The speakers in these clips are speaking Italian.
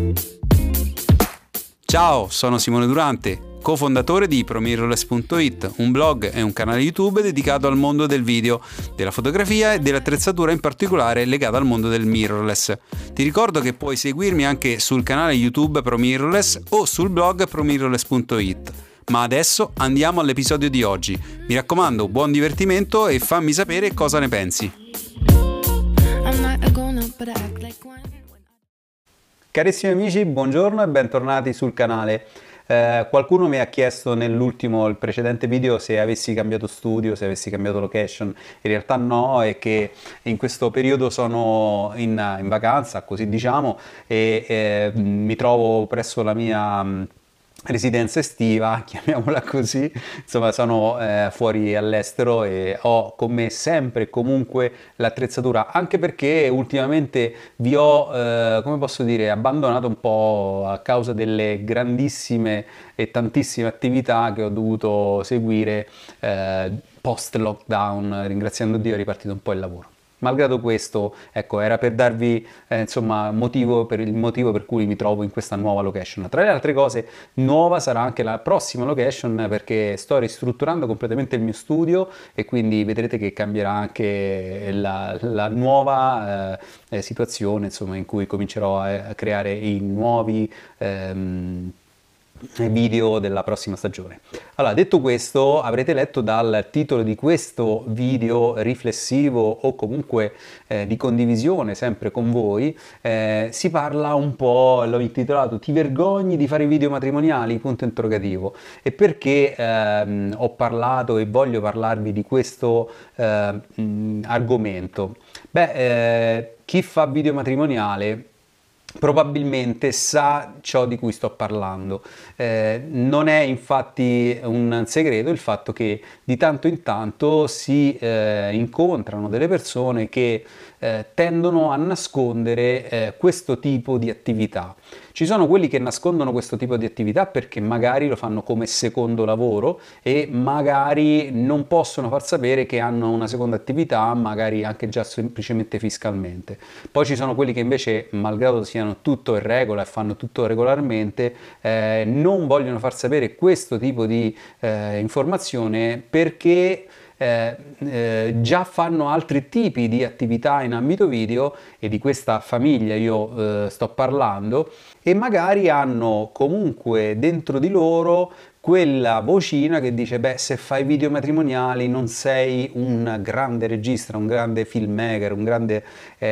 Ciao, sono Simone Durante, cofondatore di ProMirrorless.it, un blog e un canale YouTube dedicato al mondo del video, della fotografia e dell'attrezzatura, in particolare legata al mondo del mirrorless. Ti ricordo che puoi seguirmi anche sul canale YouTube ProMirrorless o sul blog ProMirrorless.it. Ma adesso andiamo all'episodio di oggi. Mi raccomando, buon divertimento e fammi sapere cosa ne pensi. Carissimi amici, buongiorno e bentornati sul canale. Qualcuno mi ha chiesto il precedente video, se avessi cambiato studio, se avessi cambiato location. In realtà no, è che in questo periodo sono in vacanza, così diciamo, e mi trovo presso la mia residenza estiva, chiamiamola così. Insomma, sono fuori all'estero e ho con me sempre e comunque l'attrezzatura, anche perché ultimamente vi ho, come posso dire, abbandonato un po' a causa delle grandissime e tantissime attività che ho dovuto seguire post lockdown. Ringraziando Dio è ripartito un po' il lavoro. Malgrado questo, ecco, era per darvi insomma il motivo per cui mi trovo in questa nuova location. Tra le altre cose, nuova sarà anche la prossima location, perché sto ristrutturando completamente il mio studio e quindi vedrete che cambierà anche la nuova situazione, insomma, in cui comincerò a creare i nuovi video della prossima stagione. Allora, detto questo, avrete letto dal titolo di questo video riflessivo o comunque di condivisione sempre con voi, si parla un po', l'ho intitolato "Ti vergogni di fare video matrimoniali?" Punto interrogativo. E perché ho parlato e voglio parlarvi di questo argomento? Chi fa video matrimoniale probabilmente sa ciò di cui sto parlando. Non è infatti un segreto il fatto che di tanto in tanto si incontrano delle persone che tendono a nascondere questo tipo di attività. Ci sono quelli che nascondono questo tipo di attività perché magari lo fanno come secondo lavoro e magari non possono far sapere che hanno una seconda attività, magari anche già semplicemente fiscalmente. Poi ci sono quelli che invece, malgrado siano tutto in regola e fanno tutto regolarmente, non vogliono far sapere questo tipo di informazione perché già fanno altri tipi di attività in ambito video, e di questa famiglia io sto parlando, e magari hanno comunque dentro di loro quella vocina che dice: beh, se fai video matrimoniali non sei un grande regista, un grande filmmaker, un grande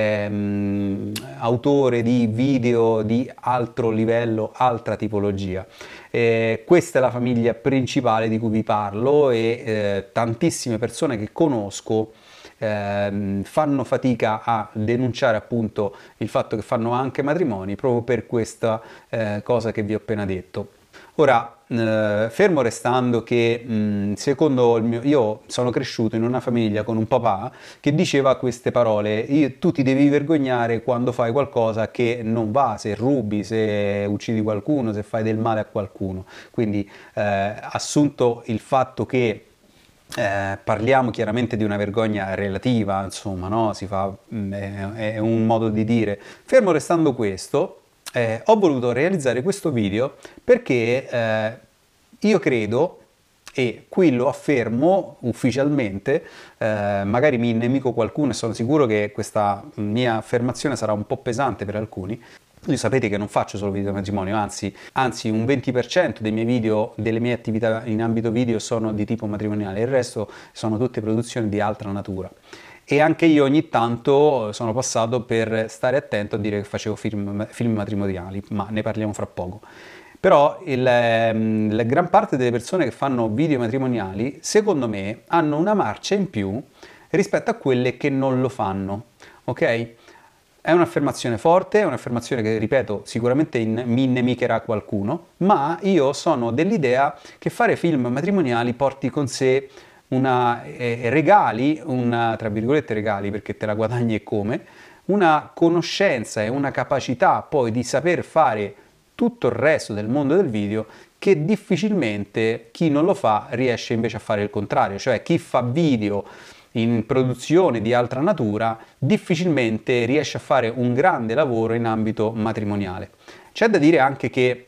autore di video di altro livello, altra tipologia. Questa è la famiglia principale di cui vi parlo, e tantissime persone che conosco fanno fatica a denunciare appunto il fatto che fanno anche matrimoni proprio per questa cosa che vi ho appena detto. Ora, fermo restando che secondo io sono cresciuto in una famiglia con un papà che diceva queste parole: tu ti devi vergognare quando fai qualcosa che non va, se rubi, se uccidi qualcuno, se fai del male a qualcuno. Quindi assunto il fatto che parliamo chiaramente di una vergogna relativa, insomma, no? È un modo di dire. Fermo restando questo, ho voluto realizzare questo video perché io credo, e qui lo affermo ufficialmente, magari mi innemico qualcuno e sono sicuro che questa mia affermazione sarà un po' pesante per alcuni. Voi sapete che non faccio solo video matrimonio, anzi un 20% dei miei video, delle mie attività in ambito video sono di tipo matrimoniale, il resto sono tutte produzioni di altra natura. E anche io ogni tanto sono passato per stare attento a dire che facevo film matrimoniali, ma ne parliamo fra poco. Però la gran parte delle persone che fanno video matrimoniali, secondo me, hanno una marcia in più rispetto a quelle che non lo fanno, ok? È un'affermazione forte, è un'affermazione che, ripeto, sicuramente mi innemicherà qualcuno, ma io sono dell'idea che fare film matrimoniali porti con sé regali, tra virgolette regali, perché te la guadagni e come, una conoscenza e una capacità poi di saper fare tutto il resto del mondo del video che difficilmente chi non lo fa riesce invece a fare il contrario. Cioè chi fa video in produzione di altra natura, difficilmente riesce a fare un grande lavoro in ambito matrimoniale. C'è da dire anche che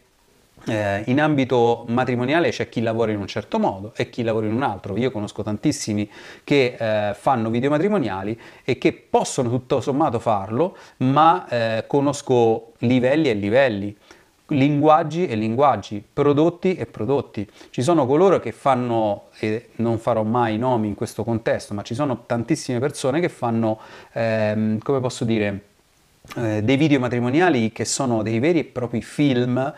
in ambito matrimoniale c'è chi lavora in un certo modo e chi lavora in un altro. Io conosco tantissimi che fanno video matrimoniali e che possono tutto sommato farlo, ma conosco livelli e livelli, linguaggi e linguaggi, prodotti e prodotti. Ci sono coloro che fanno, e non farò mai nomi in questo contesto, ma ci sono tantissime persone che fanno, come posso dire, dei video matrimoniali che sono dei veri e propri film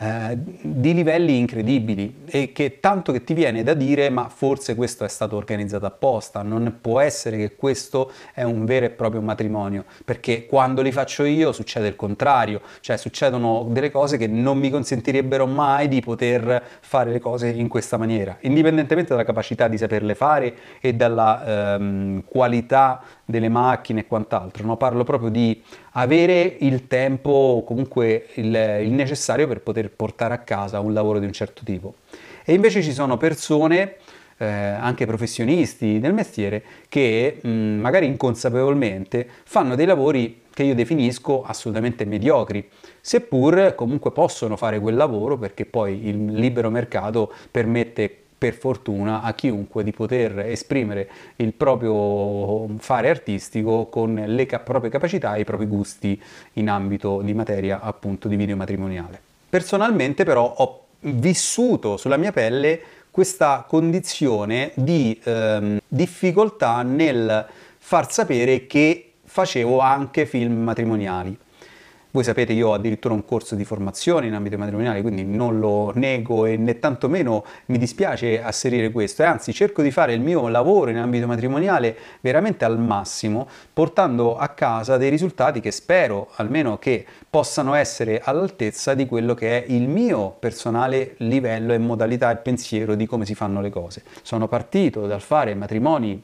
di livelli incredibili e che tanto che ti viene da dire ma forse questo è stato organizzato apposta, non può essere che questo è un vero e proprio matrimonio, perché quando li faccio io succede il contrario, cioè succedono delle cose che non mi consentirebbero mai di poter fare le cose in questa maniera, indipendentemente dalla capacità di saperle fare e dalla qualità delle macchine e quant'altro, no? Parlo proprio di avere il tempo o comunque il necessario per poter portare a casa un lavoro di un certo tipo. E invece ci sono persone, anche professionisti del mestiere, che magari inconsapevolmente fanno dei lavori che io definisco assolutamente mediocri, seppur comunque possono fare quel lavoro perché poi il libero mercato permette per fortuna a chiunque di poter esprimere il proprio fare artistico con le proprie capacità e i propri gusti in ambito di materia appunto di video matrimoniale. Personalmente però ho vissuto sulla mia pelle questa condizione di difficoltà nel far sapere che facevo anche film matrimoniali. Voi sapete, io ho addirittura un corso di formazione in ambito matrimoniale, quindi non lo nego e né tantomeno mi dispiace asserire questo, e anzi cerco di fare il mio lavoro in ambito matrimoniale veramente al massimo, portando a casa dei risultati che spero almeno che possano essere all'altezza di quello che è il mio personale livello e modalità e pensiero di come si fanno le cose. Sono partito dal fare matrimoni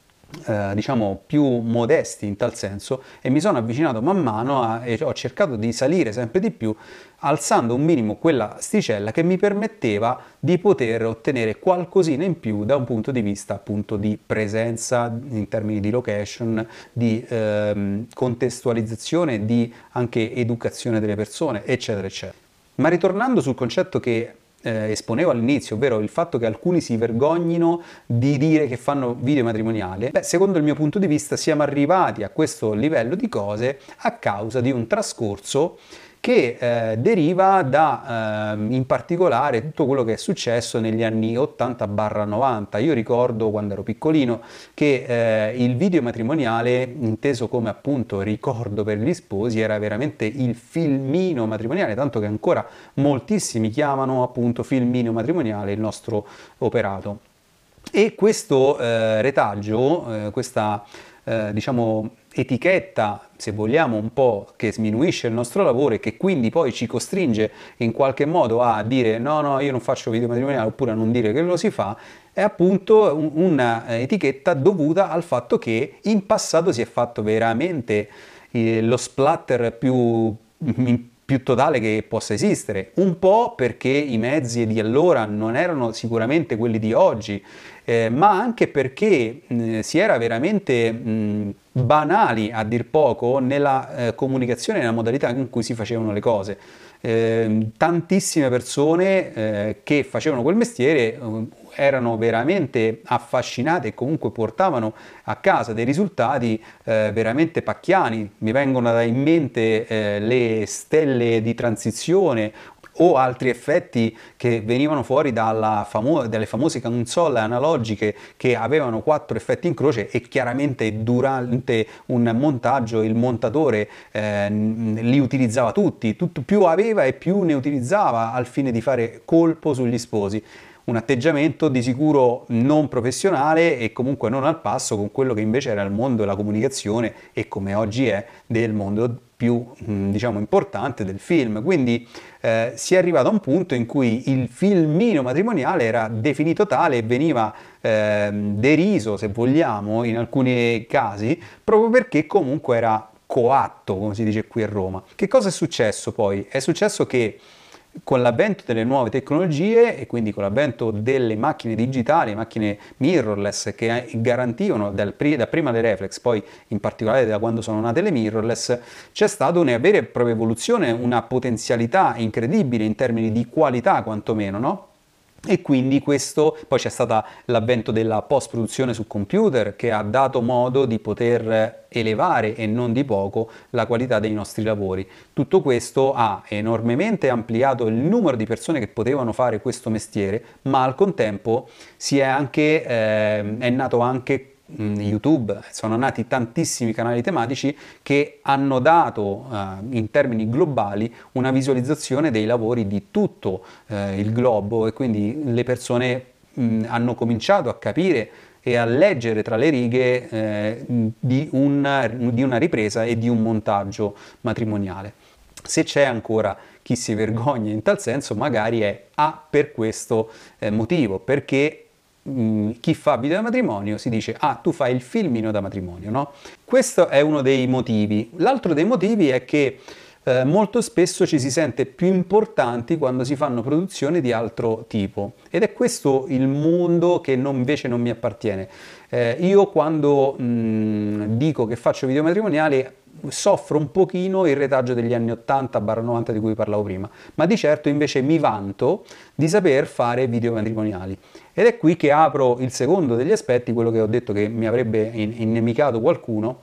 diciamo più modesti in tal senso e mi sono avvicinato man mano e ho cercato di salire sempre di più, alzando un minimo quella sticella che mi permetteva di poter ottenere qualcosina in più da un punto di vista appunto di presenza in termini di location, di contestualizzazione, di anche educazione delle persone, eccetera eccetera. Ma ritornando sul concetto che esponevo all'inizio, ovvero il fatto che alcuni si vergognino di dire che fanno video matrimoniali, secondo il mio punto di vista siamo arrivati a questo livello di cose a causa di un trascorso che deriva da in particolare tutto quello che è successo negli anni 80-90. Io ricordo quando ero piccolino che il video matrimoniale, inteso come appunto ricordo per gli sposi, era veramente il filmino matrimoniale, tanto che ancora moltissimi chiamano appunto filmino matrimoniale il nostro operato. E questo retaggio, questa diciamo etichetta, se vogliamo, un po' che sminuisce il nostro lavoro e che quindi poi ci costringe in qualche modo a dire no, no, io non faccio video matrimoniale, oppure a non dire che lo si fa, è appunto un'etichetta dovuta al fatto che in passato si è fatto veramente lo splatter più totale che possa esistere, un po' perché i mezzi di allora non erano sicuramente quelli di oggi, ma anche perché si era veramente banali a dir poco nella comunicazione e nella modalità in cui si facevano le cose. Tantissime persone che facevano quel mestiere erano veramente affascinate e comunque portavano a casa dei risultati veramente pacchiani. Mi vengono in mente le stelle di transizione o altri effetti che venivano fuori dalle famose console analogiche che avevano 4 effetti in croce e chiaramente durante un montaggio il montatore li utilizzava tutti, più aveva e più ne utilizzava al fine di fare colpo sugli sposi. Un atteggiamento di sicuro non professionale e comunque non al passo con quello che invece era il mondo della comunicazione e come oggi è del mondo più diciamo importante del film. Quindi si è arrivato a un punto in cui il filmino matrimoniale era definito tale e veniva deriso, se vogliamo, in alcuni casi, proprio perché comunque era coatto, come si dice qui a Roma. Che cosa è successo poi? È successo che con l'avvento delle nuove tecnologie e quindi con l'avvento delle macchine digitali, macchine mirrorless che garantivano da prima le reflex, poi in particolare da quando sono nate le mirrorless, c'è stata una vera e propria evoluzione, una potenzialità incredibile in termini di qualità quantomeno, no? E quindi questo, poi c'è stato l'avvento della post-produzione su computer che ha dato modo di poter elevare e non di poco la qualità dei nostri lavori. Tutto questo ha enormemente ampliato il numero di persone che potevano fare questo mestiere, ma al contempo è nato anche YouTube, sono nati tantissimi canali tematici che hanno dato in termini globali una visualizzazione dei lavori di tutto il globo e quindi le persone hanno cominciato a capire e a leggere tra le righe di una ripresa e di un montaggio matrimoniale. Se c'è ancora chi si vergogna in tal senso, magari è per questo motivo, perché chi fa video da matrimonio si dice tu fai il filmino da matrimonio, no? Questo è uno dei motivi. L'altro dei motivi è che molto spesso ci si sente più importanti quando si fanno produzioni di altro tipo ed è questo il mondo che invece non mi appartiene. Io quando dico che faccio video matrimoniali soffro un pochino il retaggio degli anni 80-90 di cui parlavo prima, ma di certo invece mi vanto di saper fare video matrimoniali. Ed è qui che apro il secondo degli aspetti, quello che ho detto che mi avrebbe innemicato qualcuno,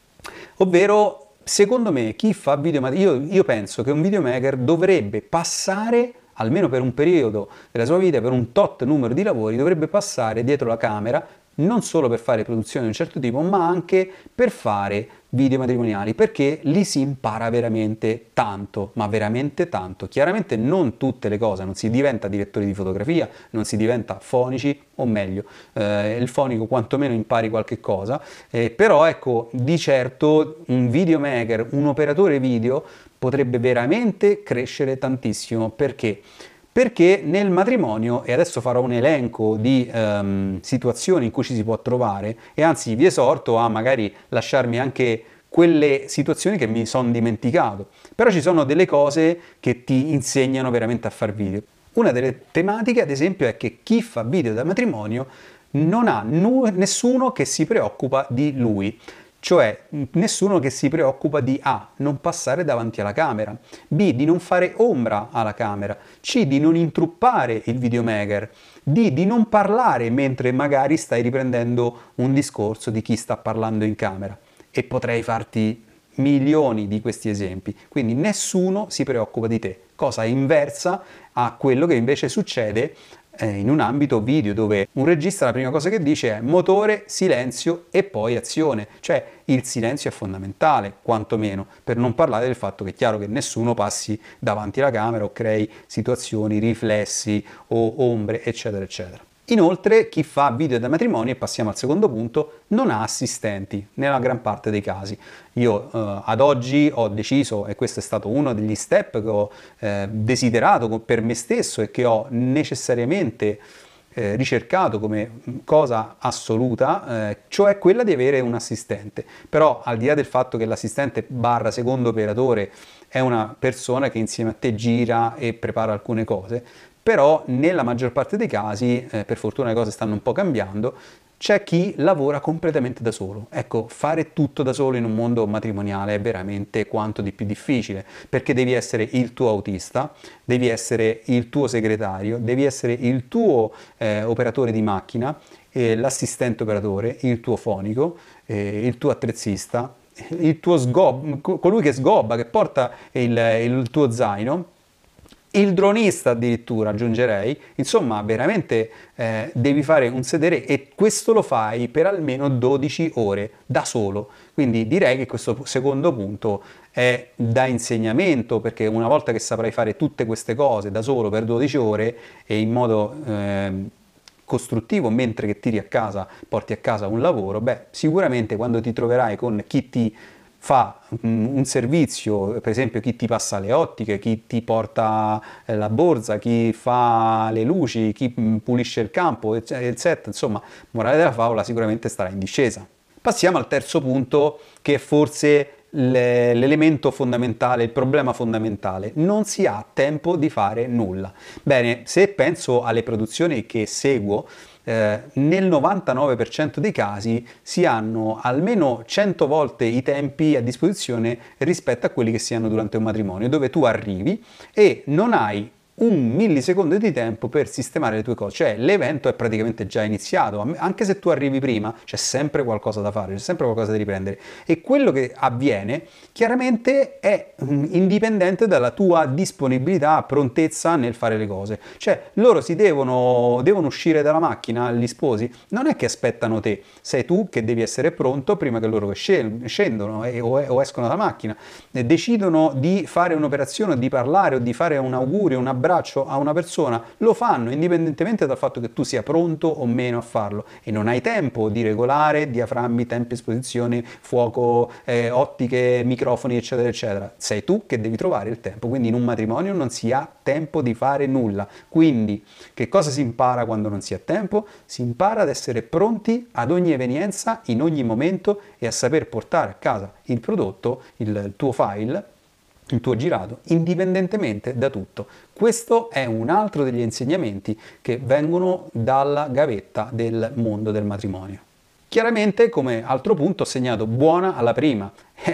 ovvero secondo me chi fa video matrimoniali, io penso che un videomaker dovrebbe passare, almeno per un periodo della sua vita, per un tot numero di lavori, dovrebbe passare dietro la camera, non solo per fare produzioni di un certo tipo, ma anche per fare video matrimoniali, perché lì si impara veramente tanto, ma veramente tanto. Chiaramente non tutte le cose, non si diventa direttori di fotografia, non si diventa fonici, o meglio, il fonico quantomeno impari qualche cosa, però ecco, di certo un videomaker, un operatore video potrebbe veramente crescere tantissimo. Perché? Perché nel matrimonio, e adesso farò un elenco di situazioni in cui ci si può trovare, e anzi vi esorto a magari lasciarmi anche quelle situazioni che mi sono dimenticato, però ci sono delle cose che ti insegnano veramente a far video. Una delle tematiche, ad esempio, è che chi fa video da matrimonio non ha nessuno che si preoccupa di lui. Cioè nessuno che si preoccupa di A, non passare davanti alla camera, B, di non fare ombra alla camera, C, di non intruppare il videomaker, D, di non parlare mentre magari stai riprendendo un discorso di chi sta parlando in camera. E potrei farti milioni di questi esempi. Quindi nessuno si preoccupa di te, cosa inversa a quello che invece succede in un ambito video, dove un regista la prima cosa che dice è motore, silenzio e poi azione, cioè il silenzio è fondamentale, quantomeno, per non parlare del fatto che è chiaro che nessuno passi davanti alla camera o crei situazioni, riflessi o ombre, eccetera, eccetera. Inoltre, chi fa video da matrimonio, e passiamo al secondo punto, non ha assistenti, nella gran parte dei casi. Io ad oggi ho deciso, e questo è stato uno degli step che ho desiderato per me stesso e che ho necessariamente ricercato come cosa assoluta, cioè quella di avere un assistente. Però al di là del fatto che l'assistente barra secondo operatore è una persona che insieme a te gira e prepara alcune cose, però nella maggior parte dei casi, per fortuna le cose stanno un po' cambiando, c'è chi lavora completamente da solo. Ecco, fare tutto da solo in un mondo matrimoniale è veramente quanto di più difficile, perché devi essere il tuo autista, devi essere il tuo segretario, devi essere il tuo operatore di macchina, l'assistente operatore, il tuo fonico, il tuo attrezzista, il tuo colui che sgobba, che porta il tuo zaino, il dronista addirittura aggiungerei. Insomma, veramente devi fare un sedere e questo lo fai per almeno 12 ore da solo. Quindi direi che questo secondo punto è da insegnamento, perché una volta che saprai fare tutte queste cose da solo per 12 ore e in modo costruttivo, mentre che tiri a casa, porti a casa un lavoro, beh, sicuramente quando ti troverai con chi ti fa un servizio, per esempio chi ti passa le ottiche, chi ti porta la borsa, chi fa le luci, chi pulisce il campo, eccetera. Insomma, morale della favola, sicuramente starà in discesa. Passiamo al terzo punto, che è forse l'elemento fondamentale, il problema fondamentale: non si ha tempo di fare nulla. Bene, se penso alle produzioni che seguo, nel 99% dei casi si hanno almeno 100 volte i tempi a disposizione rispetto a quelli che si hanno durante un matrimonio, dove tu arrivi e non hai un millisecondo di tempo per sistemare le tue cose, cioè l'evento è praticamente già iniziato, anche se tu arrivi prima c'è sempre qualcosa da fare, c'è sempre qualcosa da riprendere, e quello che avviene chiaramente è indipendente dalla tua disponibilità, prontezza nel fare le cose. Cioè loro devono uscire dalla macchina, gli sposi, non è che aspettano te, sei tu che devi essere pronto prima che loro scendono o escono dalla macchina, decidono di fare un'operazione, di parlare o di fare un augurio, un abbraccio a una persona, lo fanno indipendentemente dal fatto che tu sia pronto o meno a farlo, e non hai tempo di regolare diaframmi, tempi, esposizioni, fuoco, ottiche, microfoni, eccetera eccetera. Sei tu che devi trovare il tempo. Quindi in un matrimonio non si ha tempo di fare nulla. Quindi che cosa si impara quando non si ha tempo? Si impara ad essere pronti ad ogni evenienza, in ogni momento, e a saper portare a casa il prodotto, il tuo file, il tuo girato, indipendentemente da tutto. Questo è un altro degli insegnamenti che vengono dalla gavetta del mondo del matrimonio. Chiaramente, come altro punto, ho segnato buona alla prima.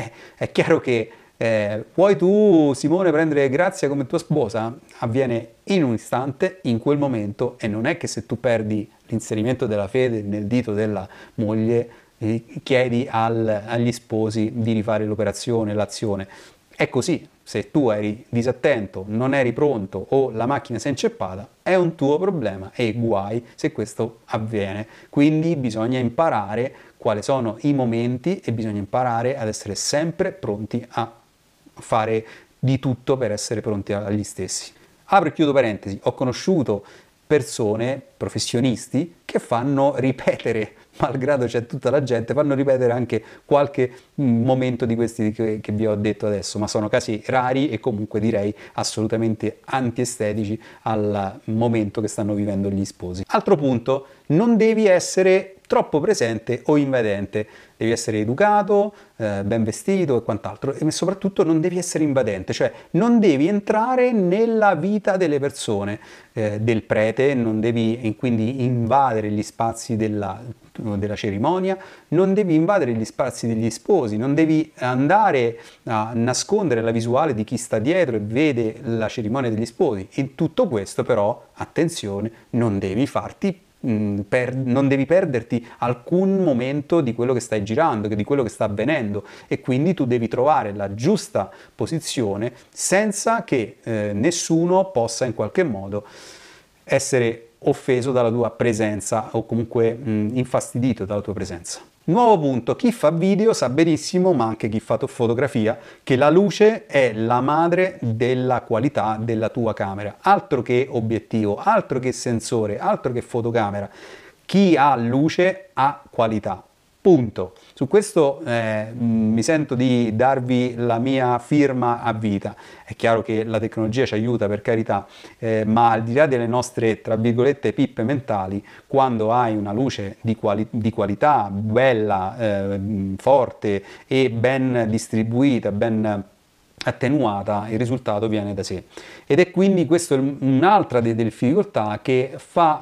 È chiaro che vuoi tu, Simone, prendere Grazia come tua sposa? Avviene in un istante, in quel momento, e non è che se tu perdi l'inserimento della fede nel dito della moglie chiedi agli sposi di rifare l'operazione, l'azione. È così, se tu eri disattento, non eri pronto o la macchina si è inceppata, è un tuo problema e guai se questo avviene. Quindi bisogna imparare quali sono i momenti e bisogna imparare ad essere sempre pronti a fare di tutto per essere pronti agli stessi. Apro e chiudo parentesi, ho conosciuto persone, professionisti, che fanno ripetere, malgrado c'è tutta la gente, fanno ripetere anche qualche momento di questi che vi ho detto adesso, ma sono casi rari e comunque direi assolutamente antiestetici al momento che stanno vivendo gli sposi. Altro punto, non devi essere troppo presente o invadente, devi essere educato, ben vestito e quant'altro, e soprattutto non devi essere invadente, cioè non devi entrare nella vita delle persone, del prete, non devi quindi invadere gli spazi della cerimonia, non devi invadere gli spazi degli sposi, non devi andare a nascondere la visuale di chi sta dietro e vede la cerimonia degli sposi. In tutto questo però, attenzione, non devi farti non devi perderti alcun momento di quello che stai girando, di quello che sta avvenendo, e quindi tu devi trovare la giusta posizione senza che nessuno possa in qualche modo essere offeso dalla tua presenza o comunque infastidito dalla tua presenza. Nuovo punto, chi fa video sa benissimo, ma anche chi fa fotografia, che la luce è la madre della qualità della tua camera. Altro che obiettivo, altro che sensore, altro che fotocamera. Chi ha luce ha qualità. Punto. Su questo mi sento di darvi la mia firma a vita. È chiaro che la tecnologia ci aiuta, per carità, ma al di là delle nostre, tra virgolette, pippe mentali, quando hai una luce di qualità, bella, forte e ben distribuita, ben attenuata, il risultato viene da sé. Ed è quindi questo un'altra delle difficoltà che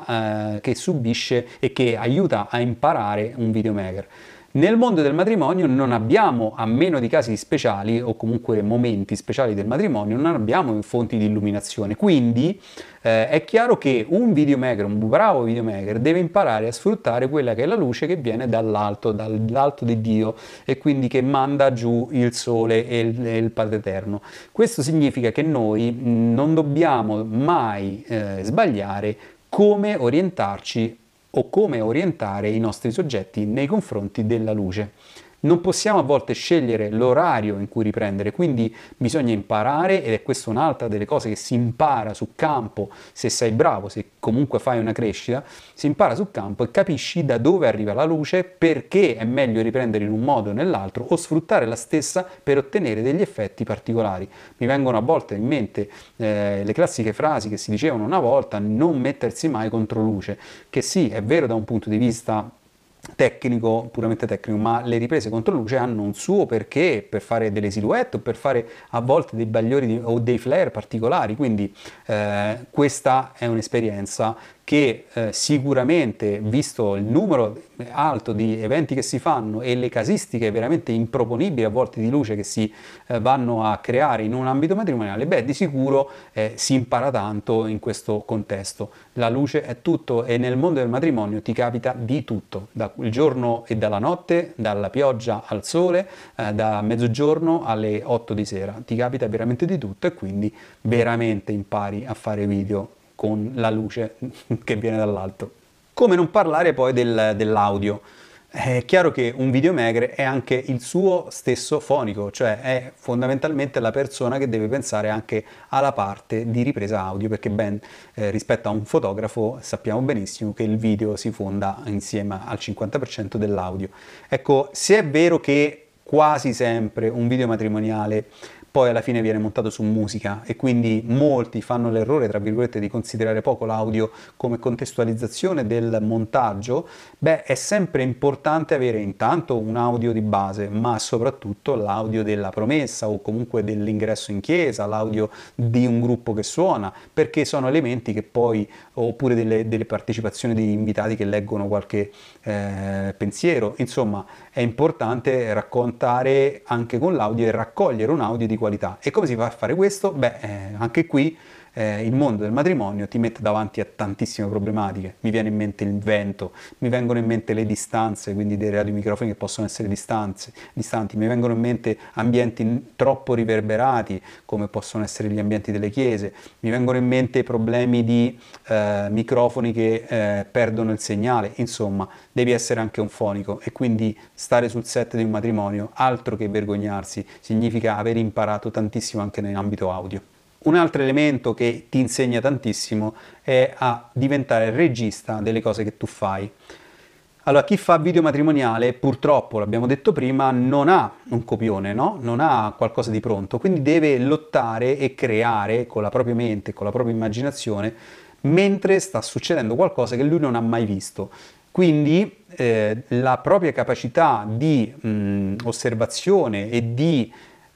subisce e che aiuta a imparare un videomaker. Nel mondo del matrimonio non abbiamo, a meno di casi speciali o comunque momenti speciali del matrimonio, non abbiamo fonti di illuminazione, quindi è chiaro che un videomaker, un bravo videomaker, deve imparare a sfruttare quella che è la luce che viene dall'alto di Dio, e quindi che manda giù il sole e il Padre Eterno. Questo significa che noi non dobbiamo mai sbagliare come orientarci o come orientare i nostri soggetti nei confronti della luce. Non possiamo a volte scegliere l'orario in cui riprendere, quindi bisogna imparare, ed è questa un'altra delle cose che si impara sul campo, se sei bravo, se comunque fai una crescita, si impara sul campo e capisci da dove arriva la luce, perché è meglio riprendere in un modo o nell'altro, o sfruttare la stessa per ottenere degli effetti particolari. Mi vengono a volte in mente le classiche frasi che si dicevano una volta: non mettersi mai contro luce, che sì, è vero da un punto di vista tecnico, puramente tecnico, ma le riprese contro luce hanno un suo perché, per fare delle silhouette o per fare a volte dei bagliori o dei flare particolari, quindi questa è un'esperienza che sicuramente, visto il numero alto di eventi che si fanno e le casistiche veramente improponibili a volte di luce che si vanno a creare in un ambito matrimoniale, beh, di sicuro si impara tanto in questo contesto. La luce è tutto e nel mondo del matrimonio ti capita di tutto, dal giorno e dalla notte, dalla pioggia al sole, da mezzogiorno alle 8 di sera, ti capita veramente di tutto e quindi veramente impari a fare video con la luce che viene dall'alto. Come non parlare poi dell'audio? È chiaro che un videomaker è anche il suo stesso fonico, cioè è fondamentalmente la persona che deve pensare anche alla parte di ripresa audio, perché rispetto a un fotografo sappiamo benissimo che il video si fonda insieme al 50% dell'audio. Ecco, se è vero che quasi sempre un video matrimoniale poi alla fine viene montato su musica e quindi molti fanno l'errore, tra virgolette, di considerare poco l'audio come contestualizzazione del montaggio, beh, è sempre importante avere intanto un audio di base, ma soprattutto l'audio della promessa o comunque dell'ingresso in chiesa, l'audio di un gruppo che suona, perché sono elementi che poi, oppure delle partecipazioni di invitati che leggono qualche pensiero, insomma, è importante raccontare anche con l'audio e raccogliere un audio di qualità. E come si fa a fare questo? Beh, anche qui il mondo del matrimonio ti mette davanti a tantissime problematiche. Mi viene in mente il vento, mi vengono in mente le distanze, quindi dei radiomicrofoni che possono essere distanti, mi vengono in mente ambienti troppo riverberati, come possono essere gli ambienti delle chiese, mi vengono in mente problemi di microfoni che perdono il segnale, insomma, devi essere anche un fonico e quindi stare sul set di un matrimonio, altro che vergognarsi, significa aver imparato tantissimo anche nell'ambito audio. Un altro elemento che ti insegna tantissimo è a diventare regista delle cose che tu fai. Allora, chi fa video matrimoniale, purtroppo, l'abbiamo detto prima, non ha un copione, no? Non ha qualcosa di pronto, quindi deve lottare e creare con la propria mente, con la propria immaginazione, mentre sta succedendo qualcosa che lui non ha mai visto. Quindi la propria capacità di osservazione e di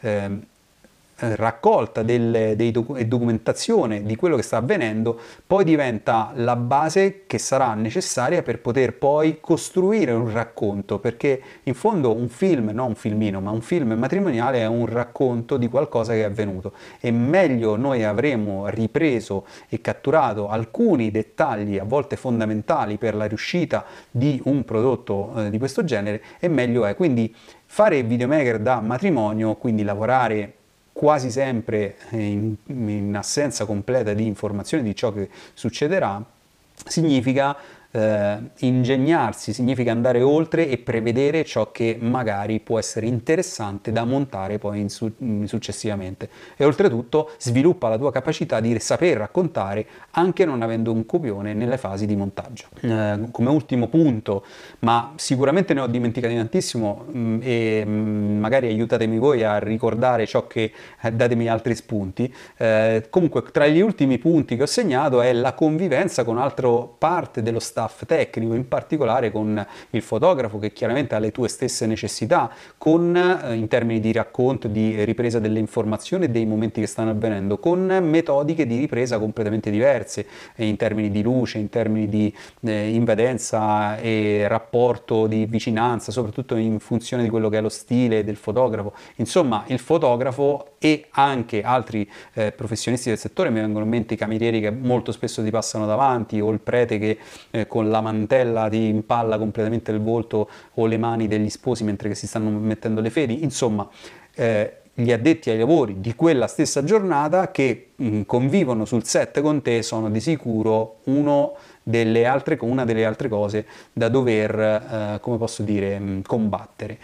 raccolta e documentazione di quello che sta avvenendo poi diventa la base che sarà necessaria per poter poi costruire un racconto, perché in fondo un film, non un filmino, ma un film matrimoniale è un racconto di qualcosa che è avvenuto e meglio noi avremo ripreso e catturato alcuni dettagli a volte fondamentali per la riuscita di un prodotto di questo genere e meglio è. Quindi fare videomaker da matrimonio, quindi lavorare quasi sempre in assenza completa di informazioni di ciò che succederà, significa ingegnarsi, significa andare oltre e prevedere ciò che magari può essere interessante da montare poi successivamente e oltretutto sviluppa la tua capacità di saper raccontare anche non avendo un copione nelle fasi di montaggio. Come ultimo punto, ma sicuramente ne ho dimenticati tantissimo e magari aiutatemi voi a ricordare ciò che datemi altri spunti, comunque tra gli ultimi punti che ho segnato è la convivenza con altra parte dello staff tecnico, in particolare con il fotografo che chiaramente ha le tue stesse necessità, con in termini di racconto, di ripresa delle informazioni e dei momenti che stanno avvenendo, con metodiche di ripresa completamente diverse, in termini di luce, in termini di invadenza e rapporto di vicinanza, soprattutto in funzione di quello che è lo stile del fotografo. Insomma, il fotografo e anche altri professionisti del settore, mi vengono in mente i camerieri che molto spesso ti passano davanti o il prete che con la mantella ti impalla completamente il volto o le mani degli sposi mentre che si stanno mettendo le fedi, insomma gli addetti ai lavori di quella stessa giornata che convivono sul set con te sono di sicuro una delle altre cose da dover, come posso dire, combattere.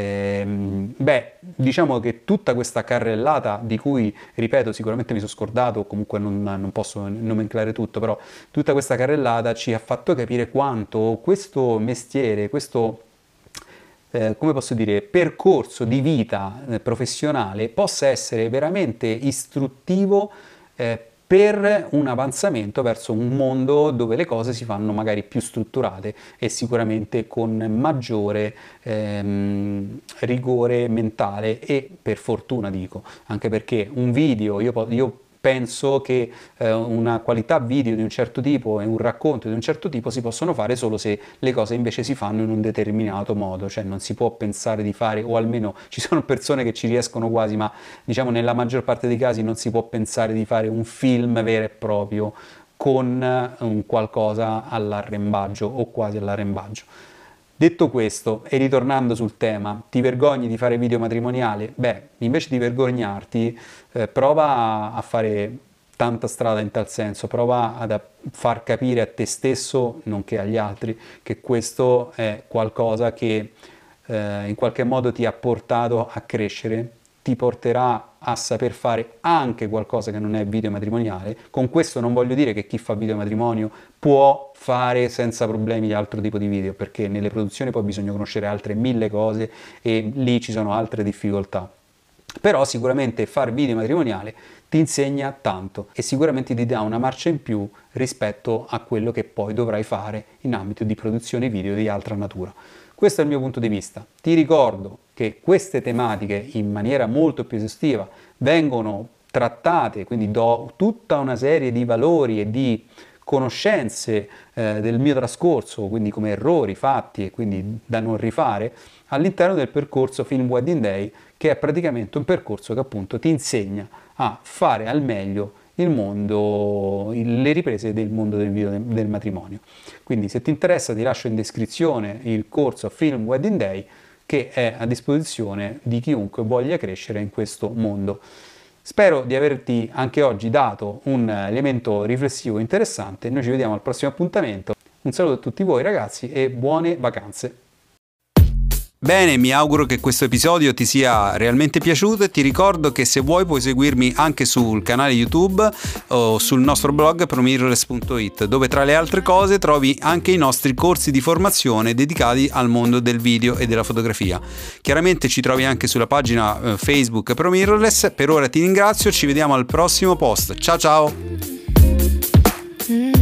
Beh, diciamo che tutta questa carrellata di cui, ripeto, sicuramente mi sono scordato, comunque non posso nomenclare tutto, però tutta questa carrellata ci ha fatto capire quanto questo mestiere, questo come posso dire, percorso di vita professionale possa essere veramente istruttivo per un avanzamento verso un mondo dove le cose si fanno magari più strutturate e sicuramente con maggiore rigore mentale, e per fortuna dico, anche perché un video, io penso che una qualità video di un certo tipo e un racconto di un certo tipo si possono fare solo se le cose invece si fanno in un determinato modo, cioè non si può pensare di fare, o almeno ci sono persone che ci riescono quasi, ma diciamo nella maggior parte dei casi non si può pensare di fare un film vero e proprio con un qualcosa all'arrembaggio o quasi all'arrembaggio. Detto questo, e ritornando sul tema, ti vergogni di fare video matrimoniali? Beh, invece di vergognarti, prova a fare tanta strada in tal senso, prova a far capire a te stesso, nonché agli altri, che questo è qualcosa che in qualche modo ti ha portato a crescere, ti porterà a saper fare anche qualcosa che non è video matrimoniale. Con questo non voglio dire che chi fa video matrimonio può fare senza problemi altro tipo di video, perché nelle produzioni poi bisogna conoscere altre 1000 cose e lì ci sono altre difficoltà. Però sicuramente fare video matrimoniale ti insegna tanto e sicuramente ti dà una marcia in più rispetto a quello che poi dovrai fare in ambito di produzione video di altra natura. Questo è il mio punto di vista. Ti ricordo che queste tematiche in maniera molto più esaustiva vengono trattate, quindi do tutta una serie di valori e di conoscenze del mio trascorso, quindi come errori fatti e quindi da non rifare, all'interno del percorso Film Wedding Day, che è praticamente un percorso che appunto ti insegna a fare al meglio il mondo, le riprese del mondo del video del matrimonio. Quindi se ti interessa ti lascio in descrizione il corso Film Wedding Day, che è a disposizione di chiunque voglia crescere in questo mondo. Spero di averti anche oggi dato un elemento riflessivo interessante. Noi ci vediamo al prossimo appuntamento. Un saluto a tutti voi ragazzi e buone vacanze. Bene, mi auguro che questo episodio ti sia realmente piaciuto e ti ricordo che se vuoi puoi seguirmi anche sul canale YouTube o sul nostro blog promirrorless.it, dove tra le altre cose trovi anche i nostri corsi di formazione dedicati al mondo del video e della fotografia. Chiaramente ci trovi anche sulla pagina Facebook Promirrorless. Per ora ti ringrazio, ci vediamo al prossimo post. Ciao ciao!